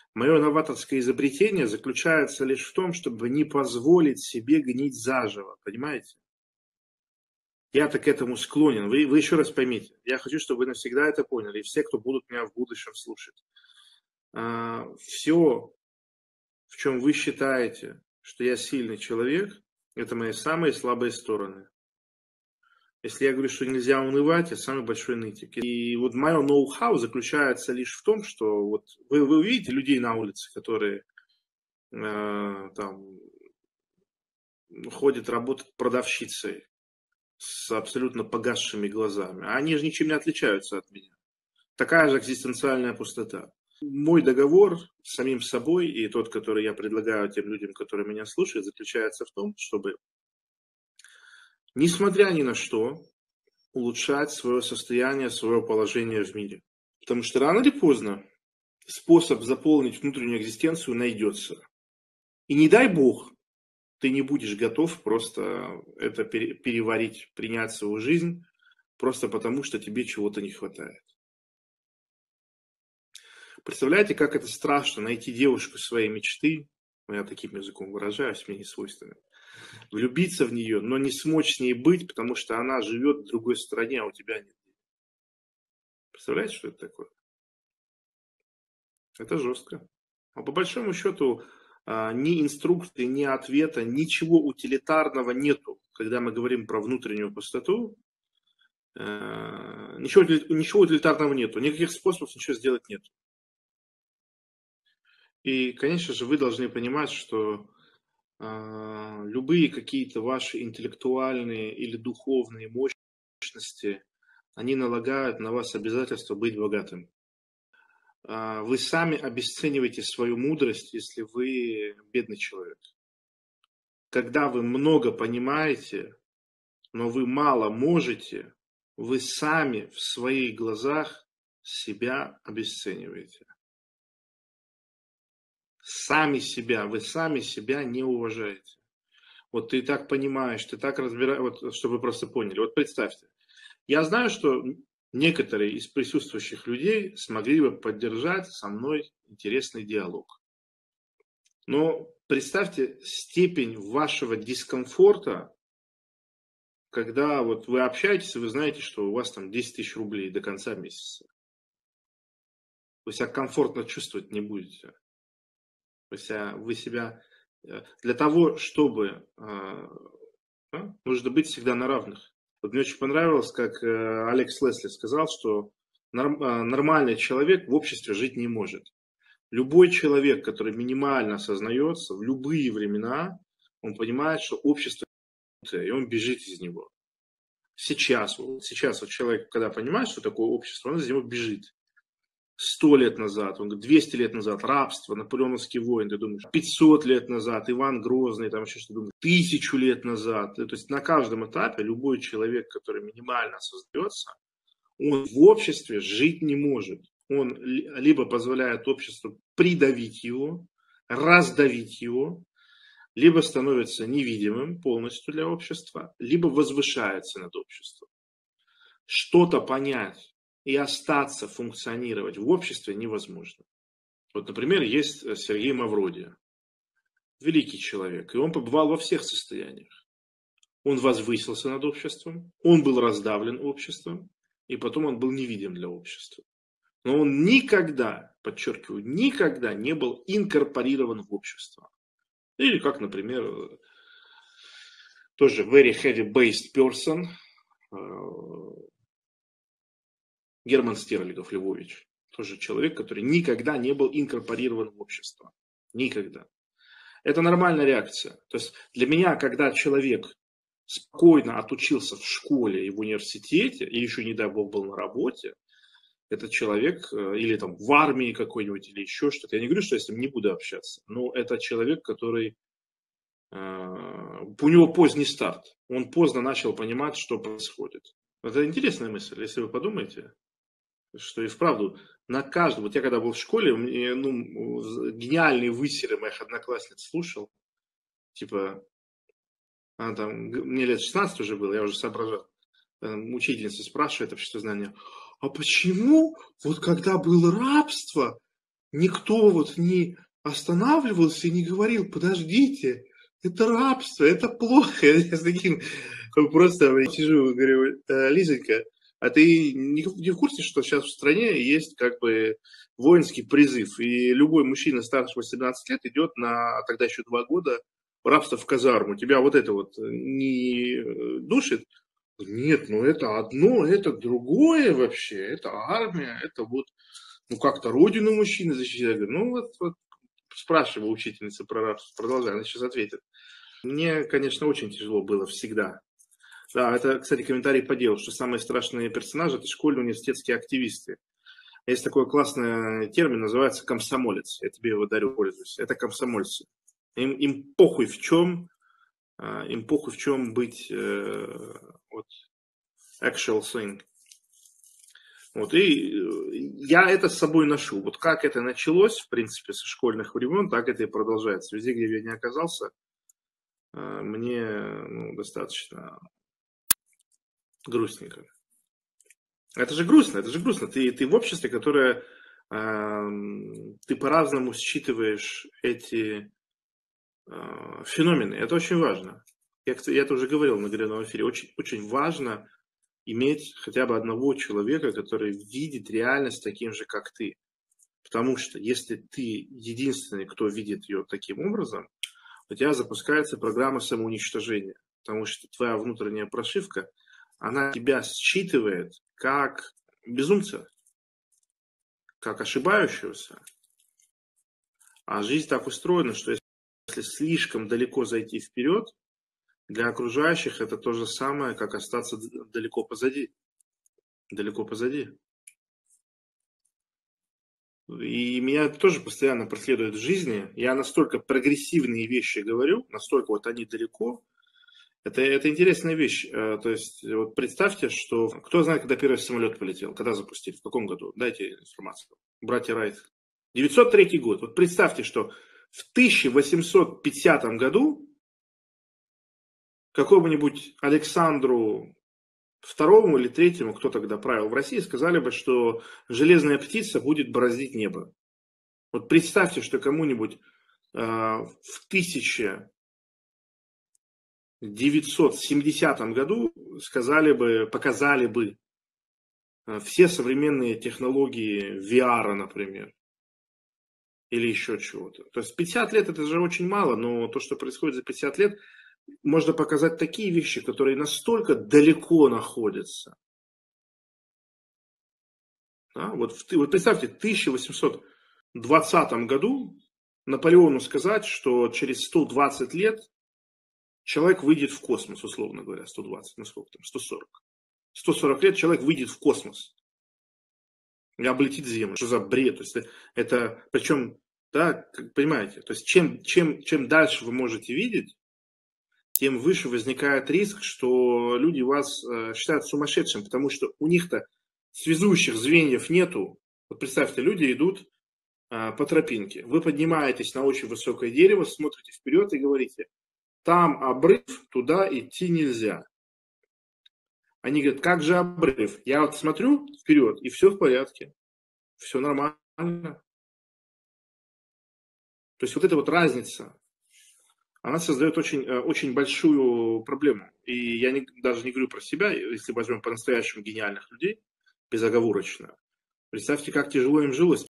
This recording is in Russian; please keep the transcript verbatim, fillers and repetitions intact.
Мое новаторское изобретение заключается лишь в том, чтобы не позволить себе гнить заживо, понимаете? Я-то к этому склонен. Вы, вы еще раз поймите. Я хочу, чтобы вы навсегда это поняли. И все, кто будут меня в будущем слушать. А, все, в чем вы считаете, что я сильный человек, это мои самые слабые стороны. Если я говорю, что нельзя унывать, я самый большой нытик. И вот мое ноу-хау заключается лишь в том, что вот вы, вы увидите людей на улице, которые э, там ходят, работают продавщицей с абсолютно погасшими глазами. А они же ничем не отличаются от меня. Такая же экзистенциальная пустота. Мой договор с самим собой и тот, который я предлагаю тем людям, которые меня слушают, заключается в том, чтобы, несмотря ни на что, улучшать свое состояние, свое положение в мире. Потому что рано или поздно способ заполнить внутреннюю экзистенцию найдется. И не дай бог, ты не будешь готов просто это переварить, принять свою жизнь, просто потому что тебе чего-то не хватает. Представляете, как это страшно найти девушку своей мечты, я таким языком выражаюсь, мне не свойственно, влюбиться в нее, но не смочь с ней быть, потому что она живет в другой стране, а у тебя нет. Представляете, что это такое? Это жестко. А по большому счету ни инструкции, ни ответа, ничего утилитарного нету, когда мы говорим про внутреннюю пустоту. Ничего, ничего утилитарного нету, никаких способов ничего сделать нет. И, конечно же, вы должны понимать, что э, любые какие-то ваши интеллектуальные или духовные мощности, они налагают на вас обязательство быть богатым. Э, вы сами обесцениваете свою мудрость, если вы бедный человек. Когда вы много понимаете, но вы мало можете, вы сами в своих глазах себя обесцениваете. Сами себя, вы сами себя не уважаете. Вот ты так понимаешь, ты так разбираешь, вот, чтобы вы просто поняли. Вот представьте, я знаю, что некоторые из присутствующих людей смогли бы поддержать со мной интересный диалог. Но представьте степень вашего дискомфорта, когда вот вы общаетесь, и вы знаете, что у вас там десять тысяч рублей до конца месяца. Вы себя комфортно чувствовать не будете. Вы себя, вы себя для того, чтобы да, нужно быть всегда на равных. Вот мне очень понравилось, как Алекс Лесли сказал, что нормальный человек в обществе жить не может. Любой человек, который минимально осознается в любые времена, он понимает, что общество, и он бежит из него. Сейчас, вот сейчас вот человек, когда понимает, что такое общество, он из него бежит. Сто лет назад, он говорит, двести лет назад, рабство, наполеоновские войны, ты думаешь, пятьсот лет назад, Иван Грозный, там еще что-то, думаешь, тысячу лет назад. То есть на каждом этапе любой человек, который минимально осознается, он в обществе жить не может. Он либо позволяет обществу придавить его, раздавить его, либо становится невидимым полностью для общества, либо возвышается над обществом. Что-то понять и остаться функционировать в обществе невозможно. Вот, например, есть Сергей Мавроди, великий человек, и он побывал во всех состояниях. Он возвысился над обществом, он был раздавлен обществом, и потом он был невидим для общества. Но он никогда, подчеркиваю, никогда не был инкорпорирован в общество. Или как, например, тоже very heavy-based person, Герман Стерлигов Львович. Тоже человек, который никогда не был инкорпорирован в общество. Никогда. Это нормальная реакция. То есть для меня, когда человек спокойно отучился в школе и в университете, и еще, не дай бог, был на работе, этот человек, или там в армии какой-нибудь, или еще что-то. Я не говорю, что я с ним не буду общаться, но это человек, который... У него поздний старт. Он поздно начал понимать, что происходит. Это интересная мысль, если вы подумаете. Что и вправду на каждом, вот я когда был в школе, мне, ну, гениальные высеры моих одноклассниц слушал, типа, она там, мне лет шестнадцать уже было, я уже соображал, учительница спрашивает общество знания, а почему вот когда было рабство, никто вот не останавливался и не говорил: подождите, это рабство, это плохо. Я с таким просто сижу, говорю: «Э, Лизонька, а ты не в не в курсе, что сейчас в стране есть как бы воинский призыв, и любой мужчина старше восемнадцати лет идет на тогда еще два года в рабство в казарму. Тебя вот это вот не э, душит?» Нет, ну это одно, это другое вообще. Это армия, это вот, ну как-то родину мужчины защищать. Я говорю, ну вот, вот спрашиваю учительница про рабство, продолжай, она сейчас ответит. Мне, конечно, очень тяжело было всегда. Да, это, кстати, комментарий по делу, что самые страшные персонажи – это школьные университетские активисты. Есть такой классный термин, называется комсомолец. Я тебе его дарю, пользуюсь. Это комсомольцы. Им, им похуй в чем, им похуй в чем быть э, вот, actual thing. Вот, и я это с собой ношу. Вот как это началось, в принципе, со школьных времен, так это и продолжается. Везде, где я не оказался, мне ну, достаточно грустненько. Это же грустно, это же грустно. Ты, ты в обществе, которое э, ты по-разному считываешь эти э, феномены. Это очень важно. Я, я это уже говорил на горячем эфире. Очень, очень важно иметь хотя бы одного человека, который видит реальность таким же, как ты. Потому что если ты единственный, кто видит ее таким образом, у тебя запускается программа самоуничтожения. Потому что твоя внутренняя прошивка, она тебя считывает как безумца, как ошибающегося. А жизнь так устроена, что если слишком далеко зайти вперед, для окружающих это то же самое, как остаться далеко позади. Далеко позади. И меня это тоже постоянно преследует в жизни. Я настолько прогрессивные вещи говорю, настолько вот они далеко. Это, это интересная вещь. То есть, вот представьте, что... Кто знает, когда первый самолет полетел? Когда запустили? В каком году? Дайте информацию. Братья Райт. девятьсот третий год. Вот представьте, что в тысяча восемьсот пятидесятом году какому-нибудь Александру Второму или третьему, кто тогда правил в России, сказали бы, что железная птица будет бороздить небо. Вот представьте, что кому-нибудь э, в тысяча девятьсот семидесятом году сказали бы, показали бы э, все современные технологии ви ар, например, или еще чего-то. То есть пятьдесят лет это же очень мало, но то, что происходит за пятьдесят лет, можно показать такие вещи, которые настолько далеко находятся. Да? Вот, вот представьте, в тысяча восемьсот двадцатом году Наполеону сказать, что через сто двадцать лет человек выйдет в космос, условно говоря, сто двадцать, ну сколько там, сто сорок. сто сорок лет человек выйдет в космос и облетит Землю. Что за бред? То есть это, причем, да, как понимаете, то есть чем, чем, чем дальше вы можете видеть, тем выше возникает риск, что люди вас э, считают сумасшедшим, потому что у них-то связующих звеньев нету. Вот представьте, люди идут э, по тропинке. Вы поднимаетесь на очень высокое дерево, смотрите вперед и говорите, там обрыв, туда идти нельзя. Они говорят, как же обрыв? Я вот смотрю вперед, и все в порядке. Все нормально. То есть вот эта вот разница, она создает очень, очень большую проблему. И я не, даже не говорю про себя, если возьмем по-настоящему гениальных людей, безоговорочно. Представьте, как тяжело им жилось.